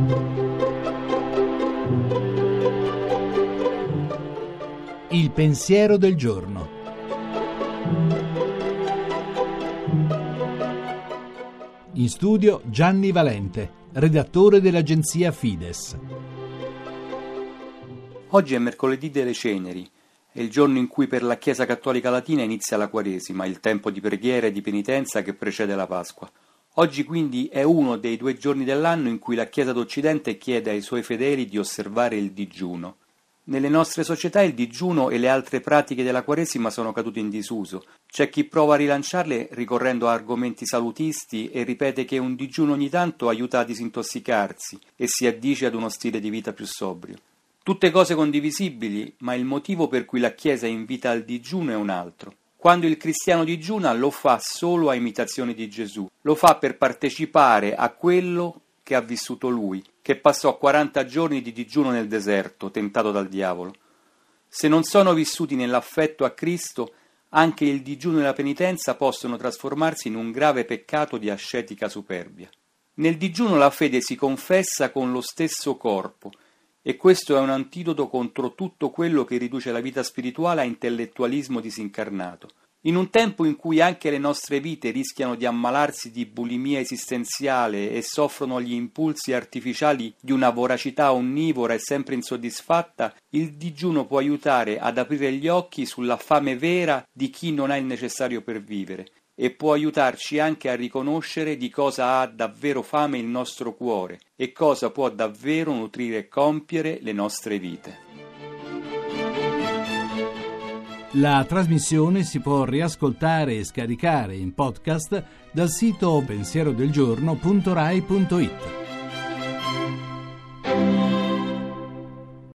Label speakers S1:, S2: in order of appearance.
S1: Il pensiero del giorno. In studio Gianni Valente, redattore dell'agenzia Fides.
S2: Oggi è mercoledì delle Ceneri, è il giorno in cui per la Chiesa Cattolica Latina inizia la Quaresima, il tempo di preghiera e di penitenza che precede la Pasqua. Oggi quindi è uno dei 2 giorni dell'anno in cui la Chiesa d'Occidente chiede ai suoi fedeli di osservare il digiuno. Nelle nostre società il digiuno e le altre pratiche della Quaresima sono cadute in disuso. C'è chi prova a rilanciarle ricorrendo a argomenti salutisti e ripete che un digiuno ogni tanto aiuta a disintossicarsi e si addice ad uno stile di vita più sobrio. Tutte cose condivisibili, ma il motivo per cui la Chiesa invita al digiuno è un altro. Quando il cristiano digiuna lo fa solo a imitazione di Gesù, lo fa per partecipare a quello che ha vissuto lui, che passò 40 giorni di digiuno nel deserto, tentato dal diavolo. Se non sono vissuti nell'affetto a Cristo, anche il digiuno e la penitenza possono trasformarsi in un grave peccato di ascetica superbia. Nel digiuno la fede si confessa con lo stesso corpo, e questo è un antidoto contro tutto quello che riduce la vita spirituale a intellettualismo disincarnato. In un tempo in cui anche le nostre vite rischiano di ammalarsi di bulimia esistenziale e soffrono gli impulsi artificiali di una voracità onnivora e sempre insoddisfatta, il digiuno può aiutare ad aprire gli occhi sulla fame vera di chi non ha il necessario per vivere e può aiutarci anche a riconoscere di cosa ha davvero fame il nostro cuore e cosa può davvero nutrire e compiere le nostre vite.
S1: La trasmissione si può riascoltare e scaricare in podcast dal sito pensierodelgiorno.rai.it.